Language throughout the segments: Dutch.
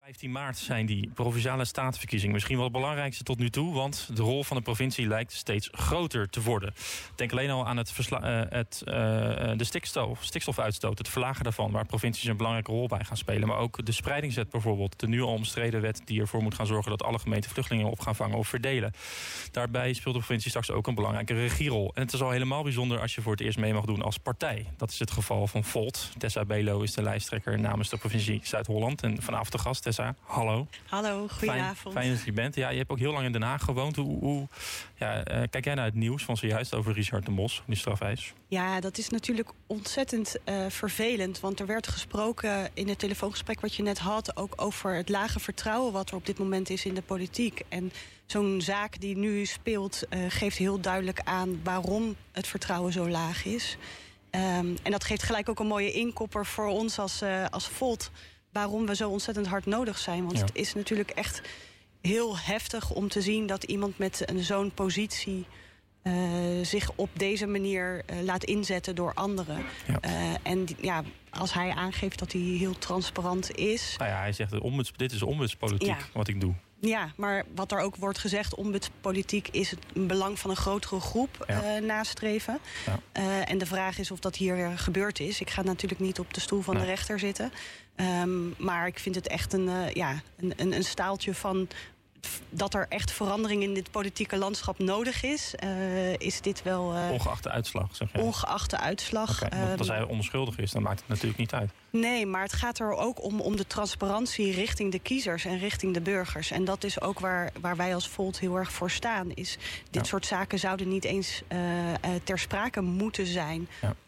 15 maart zijn die Provinciale Statenverkiezingen misschien wel het belangrijkste tot nu toe, want de rol van de provincie lijkt steeds groter te worden. Denk alleen al aan de stikstofuitstoot, het verlagen daarvan, waar provincies een belangrijke rol bij gaan spelen. Maar ook de spreidingswet bijvoorbeeld, de nu al omstreden wet die ervoor moet gaan zorgen dat alle gemeenten vluchtelingen op gaan vangen of verdelen. Daarbij speelt de provincie straks ook een belangrijke regierol. En het is al helemaal bijzonder als je voor het eerst mee mag doen als partij. Dat is het geval van Volt. Tessa Belo is de lijsttrekker namens de provincie Zuid-Holland. En vanavond de gast, Tessa. Hallo. Hallo, goedenavond. Fijn dat je bent. Ja, je hebt ook heel lang in Den Haag gewoond. Hoe kijk jij naar het nieuws van zojuist over Richard de Mos, die strafeis? Ja, dat is natuurlijk ontzettend vervelend. Want er werd gesproken in het telefoongesprek wat je net had ook over het lage vertrouwen wat er op dit moment is in de politiek. En zo'n zaak die nu speelt geeft heel duidelijk aan waarom het vertrouwen zo laag is. En dat geeft gelijk ook een mooie inkopper voor ons als Volt, waarom we zo ontzettend hard nodig zijn. Want het is natuurlijk echt heel heftig om te zien dat iemand met zo'n positie zich op deze manier laat inzetten door anderen. Ja. Als hij aangeeft dat hij heel transparant is. Nou ja, hij zegt, dit is ombudspolitiek wat ik doe. Ja, maar wat er ook wordt gezegd, ombudspolitiek is het belang van een grotere groep nastreven. Ja. En de vraag is of dat hier gebeurd is. Ik ga natuurlijk niet op de stoel van de rechter zitten. Maar ik vind het echt een staaltje van dat er echt verandering in dit politieke landschap nodig is dit wel... ongeacht de uitslag, zeg je? Ongeacht de uitslag. Want als hij onschuldig is, dan maakt het natuurlijk niet uit. Nee, maar het gaat er ook om de transparantie richting de kiezers en richting de burgers. En dat is ook waar wij als Volt heel erg voor staan. Dit soort zaken zouden niet eens ter sprake moeten zijn.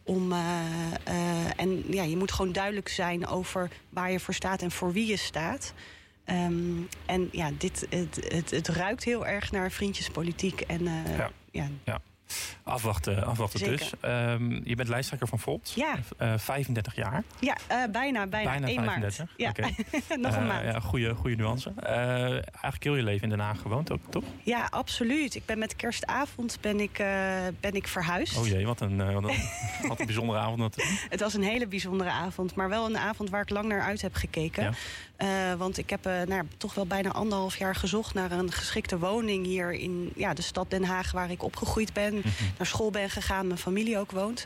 Ja. Je moet gewoon duidelijk zijn over waar je voor staat en voor wie je staat. En ja, het ruikt heel erg naar vriendjespolitiek. En Afwachten Zeker. Dus. Je bent lijsttrekker van Volt. Ja. 35 jaar. Ja, bijna 1 35. maart. Ja. Okay. Nog een maand. Ja, goede nuance. Eigenlijk heel je leven in Den Haag gewoond ook, toch? Ja, absoluut. Ik ben met kerstavond ben ik verhuisd. Oh jee, wat een bijzondere avond natuurlijk. Het was een hele bijzondere avond, maar wel een avond waar ik lang naar uit heb gekeken. Ja. Want ik heb toch wel bijna 1,5 jaar gezocht naar een geschikte woning hier in de stad Den Haag, waar ik opgegroeid ben. Naar school ben gegaan, mijn familie ook woont.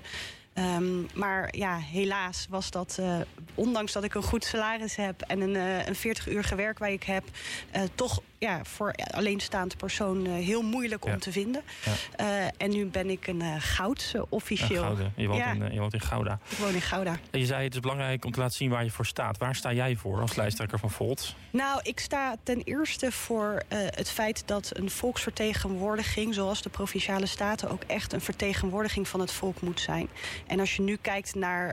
Maar ja, helaas was dat, ondanks dat ik een goed salaris heb en een 40-uurige werkweek heb, toch voor alleenstaand persoon heel moeilijk om te vinden. Ja. En nu ben ik een goud officieel. Gouden. Je woont in Gouda. Ik woon in Gouda. En je zei, het is belangrijk om te laten zien waar je voor staat. Waar sta jij voor als lijsttrekker van Volt? Nou, ik sta ten eerste voor het feit dat een volksvertegenwoordiging, zoals de Provinciale Staten, ook echt een vertegenwoordiging van het volk moet zijn. En als je nu kijkt naar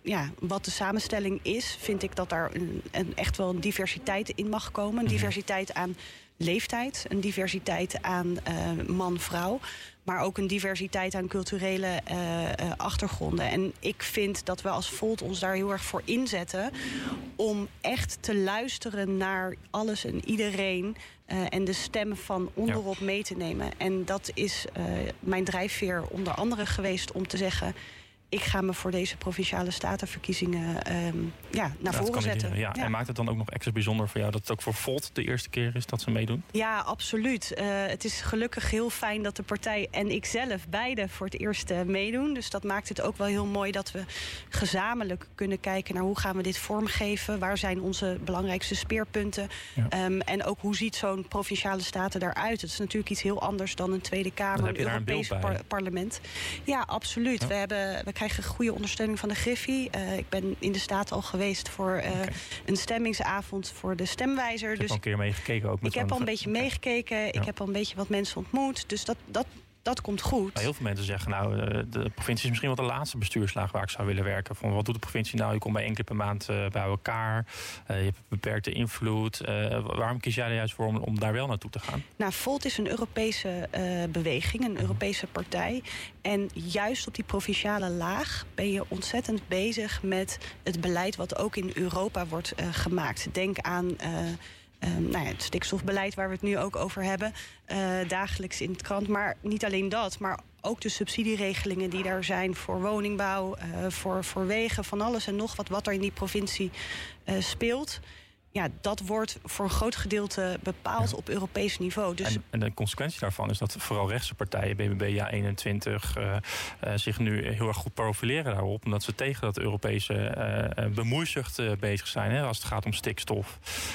wat de samenstelling is, vind ik dat daar echt wel een diversiteit in mag komen. Een diversiteit aan leeftijd, een diversiteit aan man-vrouw, maar ook een diversiteit aan culturele achtergronden. En ik vind dat we als Volt ons daar heel erg voor inzetten om echt te luisteren naar alles en iedereen en de stem van onderop mee te nemen. En dat is mijn drijfveer onder andere geweest om te zeggen, ik ga me voor deze Provinciale Statenverkiezingen naar voren zetten. Ja. En maakt het dan ook nog extra bijzonder voor jou dat het ook voor Volt de eerste keer is dat ze meedoen? Ja, absoluut. Het is gelukkig heel fijn dat de partij en ik zelf beide voor het eerst meedoen. Dus dat maakt het ook wel heel mooi dat we gezamenlijk kunnen kijken naar hoe gaan we dit vormgeven. Waar zijn onze belangrijkste speerpunten? Ja. En ook hoe ziet zo'n Provinciale Staten daaruit? Het is natuurlijk iets heel anders dan een Tweede Kamer, een Europees parlement. Ja, absoluut. Ja. We krijgen goede ondersteuning van de Griffie. Ik ben in de Staat al geweest voor een stemmingsavond voor de stemwijzer. Ik heb al een keer meegekeken ook. Ik heb al een beetje meegekeken. Ik heb al een beetje wat mensen ontmoet. Dus dat komt goed. Nou, heel veel mensen zeggen, de provincie is misschien wel de laatste bestuurslaag waar ik zou willen werken. Van wat doet de provincie nou? Je komt bij 1 keer per maand bij elkaar. Je hebt beperkte invloed. Waarom kies jij er juist voor om daar wel naartoe te gaan? Nou, Volt is een Europese beweging, een Europese partij. En juist op die provinciale laag ben je ontzettend bezig met het beleid wat ook in Europa wordt gemaakt. Denk aan het stikstofbeleid waar we het nu ook over hebben, dagelijks in het krant. Maar niet alleen dat, maar ook de subsidieregelingen die daar zijn voor woningbouw, voor wegen, van alles en nog wat er in die provincie speelt. dat wordt voor een groot gedeelte bepaald op Europees niveau. Dus en de consequentie daarvan is dat vooral rechtse partijen, BBB, JA21... zich nu heel erg goed profileren daarop, omdat ze tegen dat Europese bemoeizucht bezig zijn, hè, als het gaat om stikstof.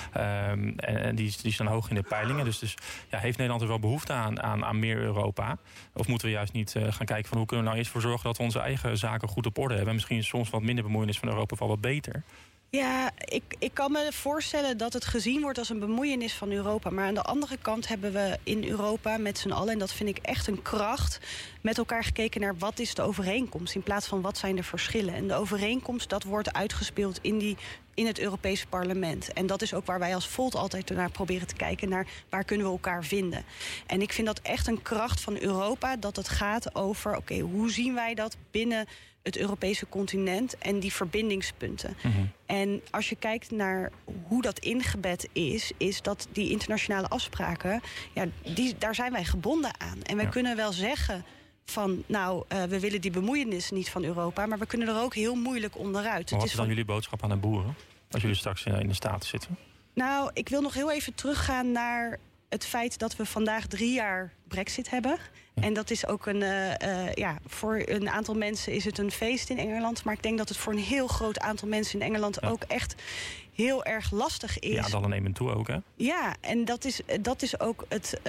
En die staan hoog in de peilingen. Dus heeft Nederland er wel behoefte aan meer Europa? Of moeten we juist niet gaan kijken van hoe kunnen we nou eerst voor zorgen dat we onze eigen zaken goed op orde hebben? En misschien soms wat minder bemoeienis van Europa wel wat beter. Ja, ik kan me voorstellen dat het gezien wordt als een bemoeienis van Europa. Maar aan de andere kant hebben we in Europa met z'n allen, en dat vind ik echt een kracht, met elkaar gekeken naar wat is de overeenkomst in plaats van wat zijn de verschillen. En de overeenkomst, dat wordt uitgespeeld in het Europese parlement. En dat is ook waar wij als Volt altijd naar proberen te kijken, naar waar kunnen we elkaar vinden. En ik vind dat echt een kracht van Europa, dat het gaat over, oké, hoe zien wij dat binnen het Europese continent en die verbindingspunten. Mm-hmm. En als je kijkt naar hoe dat ingebed is dat die internationale afspraken, daar zijn wij gebonden aan. En wij kunnen wel zeggen van, we willen die bemoeienis niet van Europa, maar we kunnen er ook heel moeilijk onderuit. Maar wat is dan jullie boodschap aan de boeren, als jullie straks in de Staten zitten? Nou, ik wil nog heel even teruggaan naar het feit dat we vandaag 3 jaar Brexit hebben. En dat is ook voor een aantal mensen is het een feest in Engeland. Maar ik denk dat het voor een heel groot aantal mensen in Engeland ook echt heel erg lastig is. Ja, dan nemen toe ook, hè? Ja, en dat is ook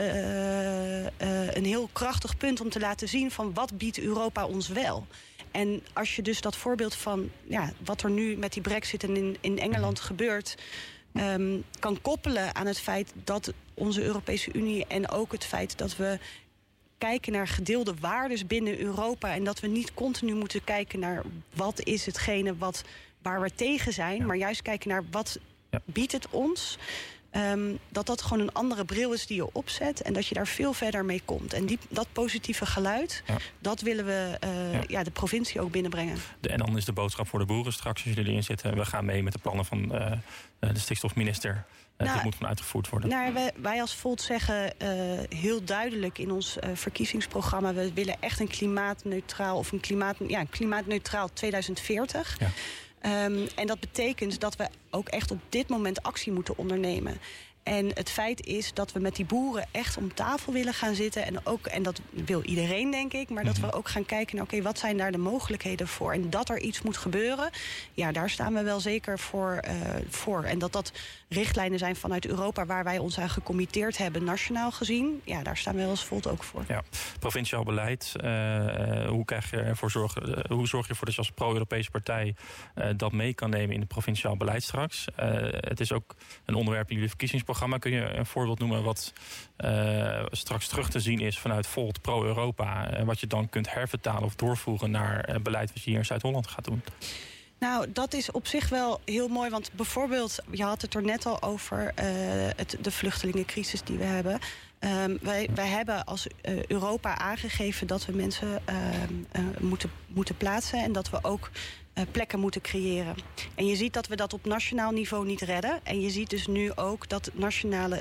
een heel krachtig punt om te laten zien van wat biedt Europa ons wel. En als je dus dat voorbeeld van wat er nu met die Brexit en in Engeland gebeurt, kan koppelen aan het feit dat onze Europese Unie en ook het feit dat we kijken naar gedeelde waarden binnen Europa en dat we niet continu moeten kijken naar wat is hetgene waar we tegen zijn, maar juist kijken naar wat biedt het ons. Dat gewoon een andere bril is die je opzet en dat je daar veel verder mee komt. En dat positieve geluid, dat willen we de provincie ook binnenbrengen. En dan is de boodschap voor de boeren straks, als jullie erin zitten, we gaan mee met de plannen van de stikstofminister. Dit moet van uitgevoerd worden. Wij als Volt zeggen heel duidelijk in ons verkiezingsprogramma, we willen echt een klimaatneutraal 2040. Ja. En dat betekent dat we ook echt op dit moment actie moeten ondernemen. En het feit is dat we met die boeren echt om tafel willen gaan zitten. En dat wil iedereen, denk ik. Maar dat we ook gaan kijken naar, wat zijn daar de mogelijkheden voor? En dat er iets moet gebeuren, daar staan we wel zeker voor. En dat richtlijnen zijn vanuit Europa waar wij ons aan gecommitteerd hebben, nationaal gezien. Daar staan we als Volt ook voor. Ja. Provinciaal beleid, hoe zorg je ervoor dat je als pro-Europese partij dat mee kan nemen in het provinciaal beleid straks? Het is ook een onderwerp in jullie verkiezingsprogramma. Kun je een voorbeeld noemen wat straks terug te zien is vanuit Volt pro-Europa? Wat je dan kunt hervertalen of doorvoeren naar beleid wat je hier in Zuid-Holland gaat doen? Nou, dat is op zich wel heel mooi. Want bijvoorbeeld, je had het er net al over de vluchtelingencrisis die we hebben. Wij hebben als Europa aangegeven dat we mensen moeten plaatsen en dat we ook plekken moeten creëren. En je ziet dat we dat op nationaal niveau niet redden. En je ziet dus nu ook dat nationale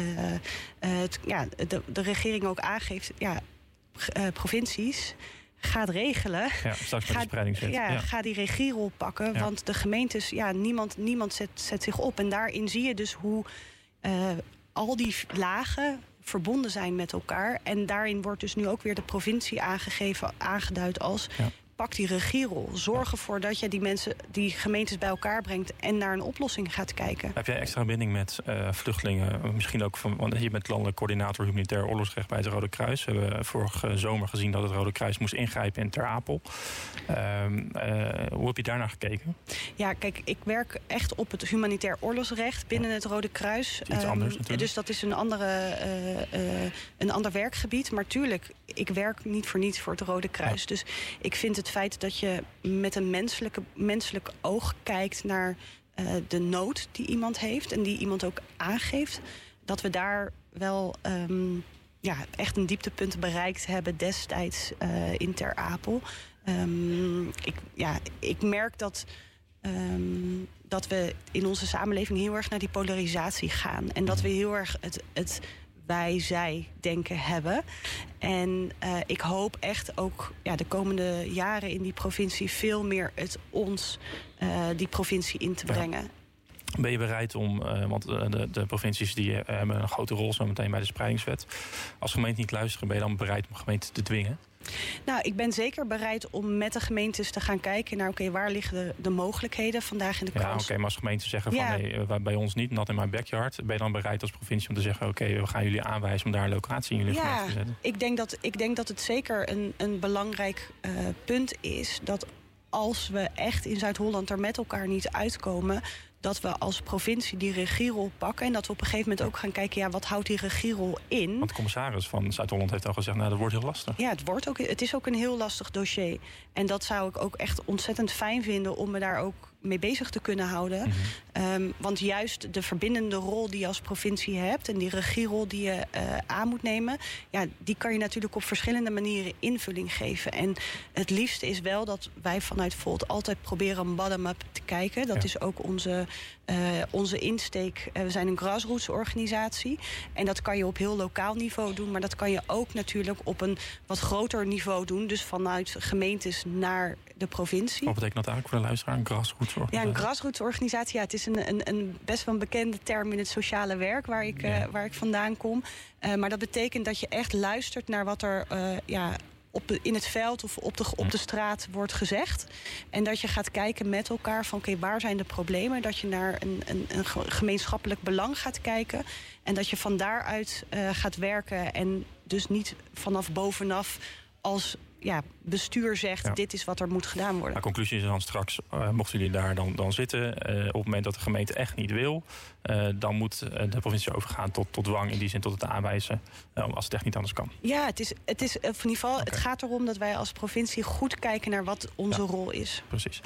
de regering ook aangeeft, provincies gaat regelen. Straks met de spreidingswet. Ga die regierol pakken. Want de gemeentes, niemand zet zich op. En daarin zie je dus hoe al die lagen verbonden zijn met elkaar. En daarin wordt dus nu ook weer de provincie aangeduid als pak die regierol. Zorg ervoor dat je die gemeentes bij elkaar brengt en naar een oplossing gaat kijken. Heb jij extra binding met vluchtelingen? Misschien ook want je bent landelijk coördinator humanitair oorlogsrecht bij het Rode Kruis. We hebben vorige zomer gezien dat het Rode Kruis moest ingrijpen in Ter Apel. Hoe heb je daarnaar gekeken? Ja, kijk, ik werk echt op het humanitair oorlogsrecht binnen het Rode Kruis. Iets anders natuurlijk. Dus dat is een ander werkgebied. Maar tuurlijk, ik werk niet voor niets voor het Rode Kruis. Ja. Dus ik vind het feit dat je met een menselijk oog kijkt naar de nood die iemand heeft en die iemand ook aangeeft, dat we daar wel echt een dieptepunt bereikt hebben destijds in Ter Apel. Ik merk dat we in onze samenleving heel erg naar die polarisatie gaan. En dat we heel erg het wij-zij denken hebben. En ik hoop echt ook de komende jaren in die provincie veel meer die provincie in te brengen. Ben je bereid om, want de provincies die hebben een grote rol zo meteen bij de spreidingswet. Als gemeenten niet luisteren, ben je dan bereid om gemeenten te dwingen? Nou, ik ben zeker bereid om met de gemeentes te gaan kijken naar waar liggen de mogelijkheden vandaag in de kans. Ja, maar als gemeenten zeggen van nee, bij ons niet, not in my backyard, ben je dan bereid als provincie om te zeggen we gaan jullie aanwijzen om daar een locatie in jullie gemeente te zetten? Ik denk dat het zeker een belangrijk punt is dat als we echt in Zuid-Holland er met elkaar niet uitkomen, dat we als provincie die regierol pakken en dat we op een gegeven moment ook gaan kijken, wat houdt die regierol in? Want de commissaris van Zuid-Holland heeft al gezegd, dat wordt heel lastig. Ja, het is ook een heel lastig dossier. En dat zou ik ook echt ontzettend fijn vinden om me daar ook mee bezig te kunnen houden. Want juist de verbindende rol die je als provincie hebt en die regierol die je aan moet nemen, die kan je natuurlijk op verschillende manieren invulling geven. En het liefste is wel dat wij vanuit Volt altijd proberen bottom-up te kijken. Dat is ook onze insteek. We zijn een grassroots organisatie. En dat kan je op heel lokaal niveau doen. Maar dat kan je ook natuurlijk op een wat groter niveau doen. Dus vanuit gemeentes naar de provincie. Wat betekent dat eigenlijk voor de luisteraar, een grassroots organisatie? Ja, een grassroots organisatie. Ja, het is een best wel een bekende term in het sociale werk waar ik vandaan kom. Maar dat betekent dat je echt luistert naar wat er in het veld of op de straat wordt gezegd. En dat je gaat kijken met elkaar van waar zijn de problemen? Dat je naar een gemeenschappelijk belang gaat kijken. En dat je van daaruit gaat werken. En dus niet vanaf bovenaf als bestuur zegt, dit is wat er moet gedaan worden. De conclusie is dan straks, mochten jullie daar dan zitten, op het moment dat de gemeente echt niet wil, dan moet de provincie overgaan tot dwang, in die zin tot het aanwijzen, als het echt niet anders kan. Ja, het is in ieder geval, het gaat erom dat wij als provincie goed kijken naar wat onze rol is. Precies.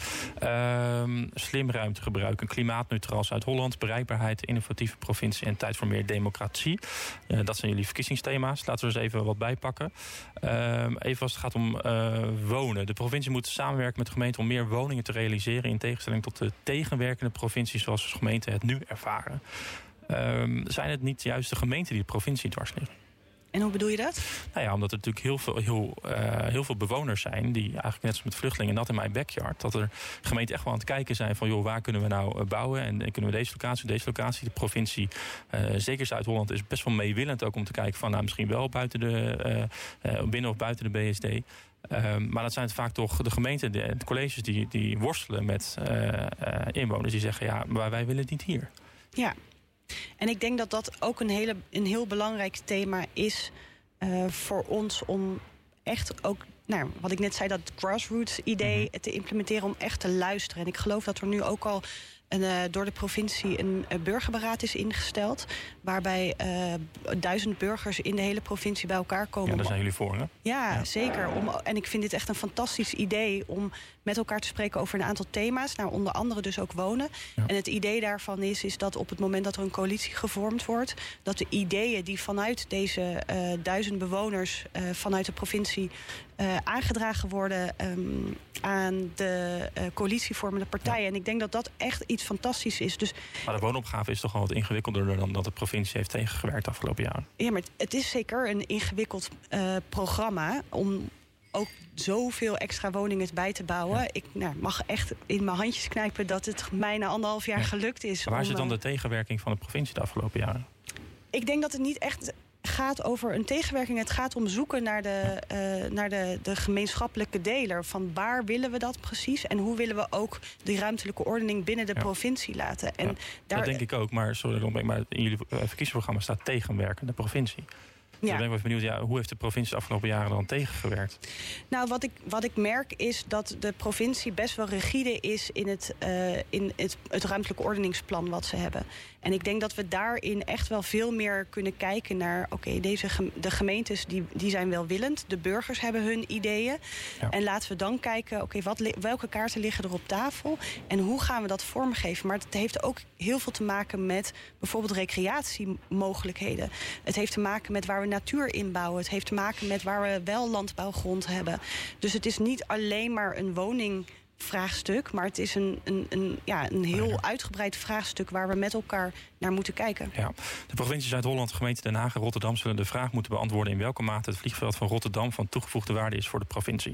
Slim ruimte gebruiken, klimaatneutraal Zuid-Holland, bereikbaarheid, innovatieve provincie en tijd voor meer democratie. Dat zijn jullie verkiezingsthema's. Laten we er eens even wat bij pakken. Even als het gaat om wonen. De provincie moet samenwerken met de gemeente om meer woningen te realiseren, in tegenstelling tot de tegenwerkende provincies zoals de gemeenten het nu ervaren. Zijn het niet juist de gemeenten die de provincie dwars liggen? En hoe bedoel je dat? Nou ja, omdat er natuurlijk heel veel bewoners zijn die eigenlijk net als met vluchtelingen, not in my backyard, dat er gemeenten echt wel aan het kijken zijn van waar kunnen we nou bouwen en kunnen we deze locatie. De provincie, zeker Zuid-Holland, is best wel meewillend ook om te kijken van misschien wel binnen of buiten de BSD. Maar dat zijn vaak toch de gemeenten, de colleges die worstelen met inwoners die zeggen maar wij willen het niet hier. Ja. En ik denk dat dat ook een heel belangrijk thema is voor ons om echt ook, wat ik net zei, dat grassroots idee te implementeren, om echt te luisteren. En ik geloof dat er nu ook al door de provincie een burgerberaad is ingesteld, waarbij 1000 burgers in de hele provincie bij elkaar komen. Ja, daar zijn jullie voor, hè? Ja, zeker. En ik vind dit echt een fantastisch idee om met elkaar te spreken over een aantal thema's. Onder andere dus ook wonen. Ja. En het idee daarvan is dat op het moment dat er een coalitie gevormd wordt, dat de ideeën die vanuit deze 1000 bewoners vanuit de provincie aangedragen worden aan de coalitievormende partijen. Ja. En ik denk dat dat echt iets fantastisch is. Dus, maar de woonopgave is toch wel wat ingewikkelder dan dat de provincie heeft tegengewerkt de afgelopen jaren? Ja, maar het is zeker een ingewikkeld programma om ook zoveel extra woningen bij te bouwen. Ja. Ik mag echt in mijn handjes knijpen dat het mij na 1,5 jaar gelukt is. Maar waar zit dan de tegenwerking van de provincie de afgelopen jaren? Ik denk dat het niet echt gaat over een tegenwerking. Het gaat om zoeken naar de gemeenschappelijke deler. Van waar willen we dat precies? En hoe willen we ook die ruimtelijke ordening binnen de provincie laten? En dat denk ik ook. Maar in jullie verkiezingsprogramma staat tegenwerkende provincie. Dus ik ben wel benieuwd, hoe heeft de provincie de afgelopen jaren dan tegengewerkt? Nou, wat ik merk is dat de provincie best wel rigide is in het ruimtelijke ordeningsplan wat ze hebben. En ik denk dat we daarin echt wel veel meer kunnen kijken naar, de gemeentes die zijn welwillend. De burgers hebben hun ideeën. Ja. En laten we dan kijken, welke kaarten liggen er op tafel? En hoe gaan we dat vormgeven? Maar het heeft ook heel veel te maken met bijvoorbeeld recreatiemogelijkheden. Het heeft te maken met waar we natuur inbouwen. Het heeft te maken met waar we wel landbouwgrond hebben. Dus het is niet alleen maar een woningvraagstuk, maar het is een heel uitgebreid vraagstuk waar we met elkaar naar moeten kijken. Ja. De provincie Zuid-Holland, gemeente Den Haag en Rotterdam zullen de vraag moeten beantwoorden in welke mate het vliegveld van Rotterdam van toegevoegde waarde is voor de provincie.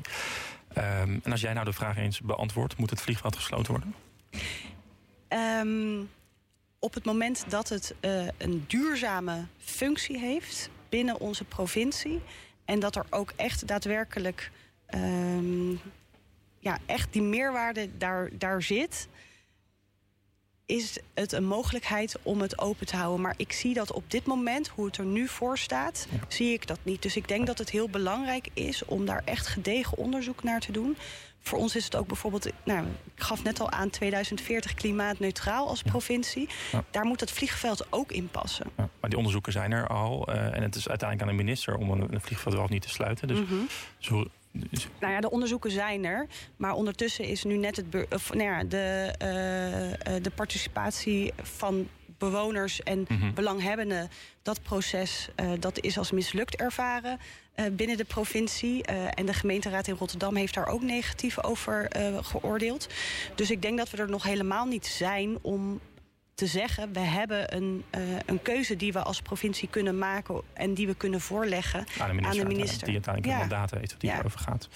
En als jij nou de vraag eens beantwoordt, moet het vliegveld gesloten worden? op het moment dat het een duurzame functie heeft binnen onze provincie en dat er ook echt daadwerkelijk echt die meerwaarde daar zit, is het een mogelijkheid om het open te houden. Maar ik zie dat op dit moment, hoe het er nu voor staat, zie ik dat niet. Dus ik denk dat het heel belangrijk is om daar echt gedegen onderzoek naar te doen. Voor ons is het ook bijvoorbeeld, ik gaf net al aan, 2040 klimaatneutraal als provincie. Ja. Daar moet het vliegveld ook in passen. Ja, maar die onderzoeken zijn er al. En het is uiteindelijk aan de minister om een vliegveld wel of niet te sluiten. Dus de onderzoeken zijn er. Maar ondertussen is nu net de participatie van bewoners en belanghebbenden, dat proces dat is als mislukt ervaren binnen de provincie. En de gemeenteraad in Rotterdam heeft daar ook negatief over geoordeeld. Dus ik denk dat we er nog helemaal niet zijn om te zeggen, we hebben een keuze die we als provincie kunnen maken en die we kunnen voorleggen aan de minister. Die uiteindelijk een mandaat heeft, die erover gaat.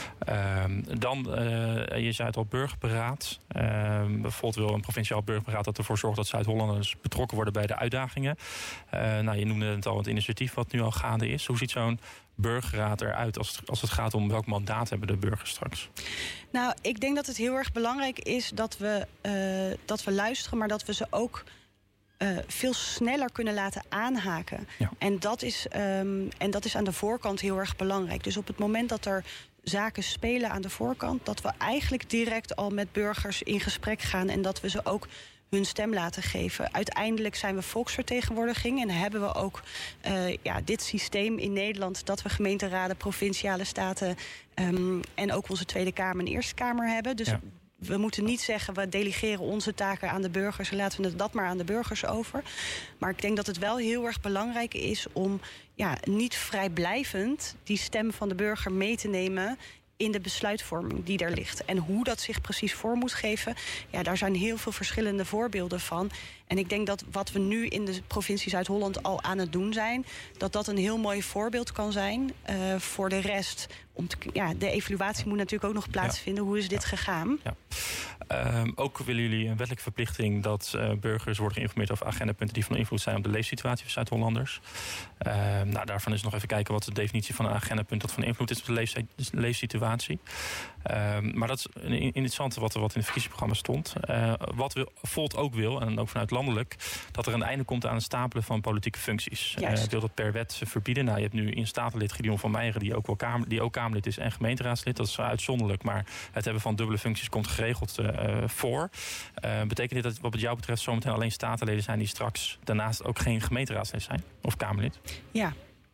Je zei het al, burgerberaad. Bijvoorbeeld wil een provinciaal burgerberaad dat ervoor zorgt dat Zuid-Hollanders betrokken worden bij de uitdagingen. Je noemde het al, het initiatief wat nu al gaande is. Hoe ziet zo'n burgerraad eruit als het gaat om welk mandaat hebben de burgers straks? Nou, ik denk dat het heel erg belangrijk is dat we luisteren, maar dat we ze ook veel sneller kunnen laten aanhaken. Ja. En dat is aan de voorkant heel erg belangrijk. Dus op het moment dat er zaken spelen aan de voorkant, dat we eigenlijk direct al met burgers in gesprek gaan en dat we ze ook hun stem laten geven. Uiteindelijk zijn we volksvertegenwoordiging en hebben we ook dit systeem in Nederland dat we gemeenteraden, provinciale staten en ook onze Tweede Kamer en Eerste Kamer hebben. Dus we moeten niet zeggen, we delegeren onze taken aan de burgers en laten we dat maar aan de burgers over. Maar ik denk dat het wel heel erg belangrijk is om niet vrijblijvend die stem van de burger mee te nemen in de besluitvorming die er ligt. En hoe dat zich precies voor moet geven, daar zijn heel veel verschillende voorbeelden van. En ik denk dat wat we nu in de provincie Zuid-Holland al aan het doen zijn, dat een heel mooi voorbeeld kan zijn voor de rest. De evaluatie moet natuurlijk ook nog plaatsvinden. Hoe is dit gegaan? Ja. Ook willen jullie een wettelijke verplichting dat burgers worden geïnformeerd over agendapunten die van invloed zijn op de leefsituatie van Zuid-Hollanders. Daarvan is nog even kijken wat de definitie van een agendapunt dat van invloed is op de leefsituatie. Maar dat is interessant wat in het verkiezingsprogramma stond. Wat Volt ook wil, en ook vanuit landelijk, dat er een einde komt aan het stapelen van politieke functies. Wil dat per wet verbieden. Je hebt nu in statenlid Gideon van Meijeren, die ook Kamerlid is en gemeenteraadslid. Dat is uitzonderlijk, maar het hebben van dubbele functies komt geregeld voor. Betekent dit dat wat jou betreft zometeen alleen statenleden zijn die straks daarnaast ook geen gemeenteraadslid zijn? Of Kamerlid? Ja.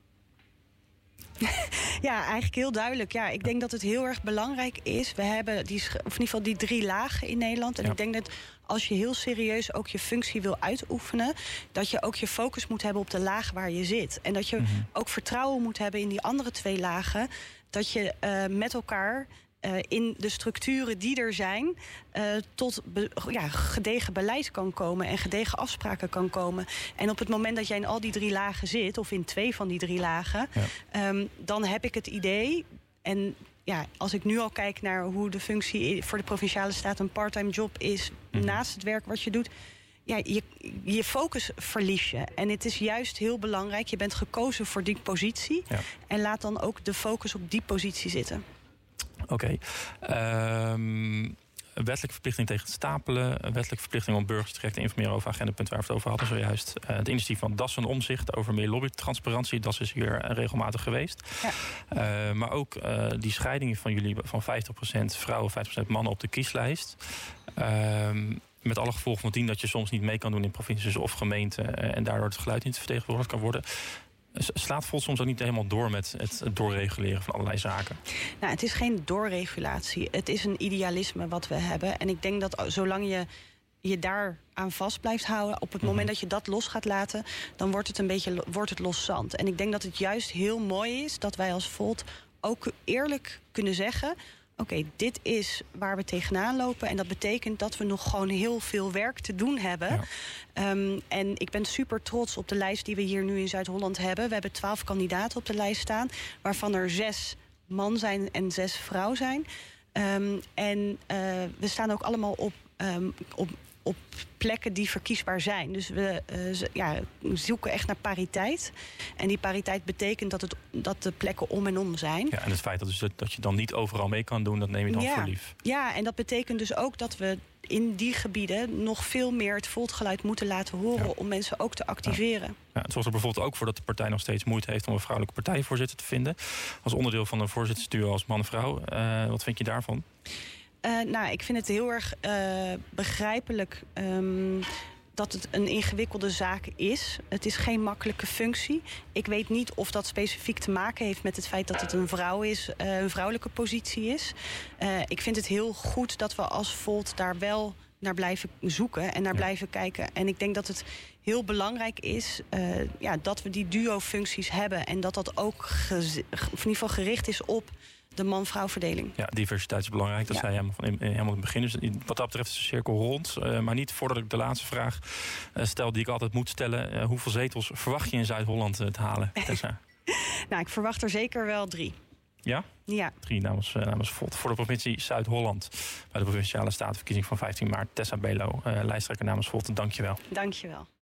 Ja, eigenlijk heel duidelijk. Ja, ik denk dat het heel erg belangrijk is. We hebben in ieder geval die 3 lagen in Nederland. En ik denk dat als je heel serieus ook je functie wil uitoefenen, dat je ook je focus moet hebben op de laag waar je zit. En dat je ook vertrouwen moet hebben in die andere 2 lagen. Dat je met elkaar in de structuren die er zijn tot gedegen beleid kan komen en gedegen afspraken kan komen. En op het moment dat jij in al die 3 lagen zit, of in 2 van die 3 lagen, dan heb ik het idee, en als ik nu al kijk naar hoe de functie voor de Provinciale Staten een parttime job is, naast het werk wat je doet, je focus verlies je. En het is juist heel belangrijk, je bent gekozen voor die positie, en laat dan ook de focus op die positie zitten. Oké. Wettelijke verplichting tegen het stapelen. Wettelijke verplichting om burgers direct te informeren over agendapunten waar we het over hadden zojuist. Het initiatief van Dassen Omzicht over meer lobbytransparantie. Dat is hier regelmatig geweest. Ja. Maar ook die scheiding van jullie van 50% vrouwen, 50% mannen op de kieslijst. Met alle gevolgen van dien dat je soms niet mee kan doen in provincies of gemeenten. En daardoor het geluid niet vertegenwoordigd kan worden. Slaat Volt soms ook niet helemaal door met het doorreguleren van allerlei zaken? Nou, het is geen doorregulatie. Het is een idealisme wat we hebben. En ik denk dat zolang je daar aan vast blijft houden, op het moment dat je dat los gaat laten, dan wordt het los zand. En ik denk dat het juist heel mooi is dat wij als Volt ook eerlijk kunnen zeggen, oké, dit is waar we tegenaan lopen. En dat betekent dat we nog gewoon heel veel werk te doen hebben. Ja. En ik ben super trots op de lijst die we hier nu in Zuid-Holland hebben. We hebben 12 kandidaten op de lijst staan, waarvan er 6 man zijn en 6 vrouw zijn. We staan ook allemaal op op plekken die verkiesbaar zijn. Dus we zoeken echt naar pariteit. En die pariteit betekent dat de plekken om en om zijn. Ja, en het feit dat je dan niet overal mee kan doen, dat neem je dan voor lief. Ja, en dat betekent dus ook dat we in die gebieden nog veel meer het volksgeluid moeten laten horen om mensen ook te activeren. Ja, het zorgt er bijvoorbeeld ook voor dat de partij nog steeds moeite heeft om een vrouwelijke partijvoorzitter te vinden. Als onderdeel van een voorzittersduo als man-vrouw. Wat vind je daarvan? Ik vind het heel erg begrijpelijk dat het een ingewikkelde zaak is. Het is geen makkelijke functie. Ik weet niet of dat specifiek te maken heeft met het feit dat het een vrouw is, een vrouwelijke positie is. Ik vind het heel goed dat we als Volt daar wel naar blijven zoeken en naar blijven kijken. En ik denk dat het heel belangrijk is dat we die duo-functies hebben en dat ook in ieder geval gericht is op de man-vrouw verdeling. Ja, diversiteit is belangrijk. Dat zei je helemaal in het begin. Dus wat dat betreft is de cirkel rond. Maar niet voordat ik de laatste vraag stel die ik altijd moet stellen. Hoeveel zetels verwacht je in Zuid-Holland te halen, Tessa? Ik verwacht er zeker wel 3. Ja? Ja. 3 namens Volt. Voor de provincie Zuid-Holland. Bij de provinciale statenverkiezing van 15 maart. Tessa Belo, lijsttrekker namens Volt. Dank je wel. Dank je wel.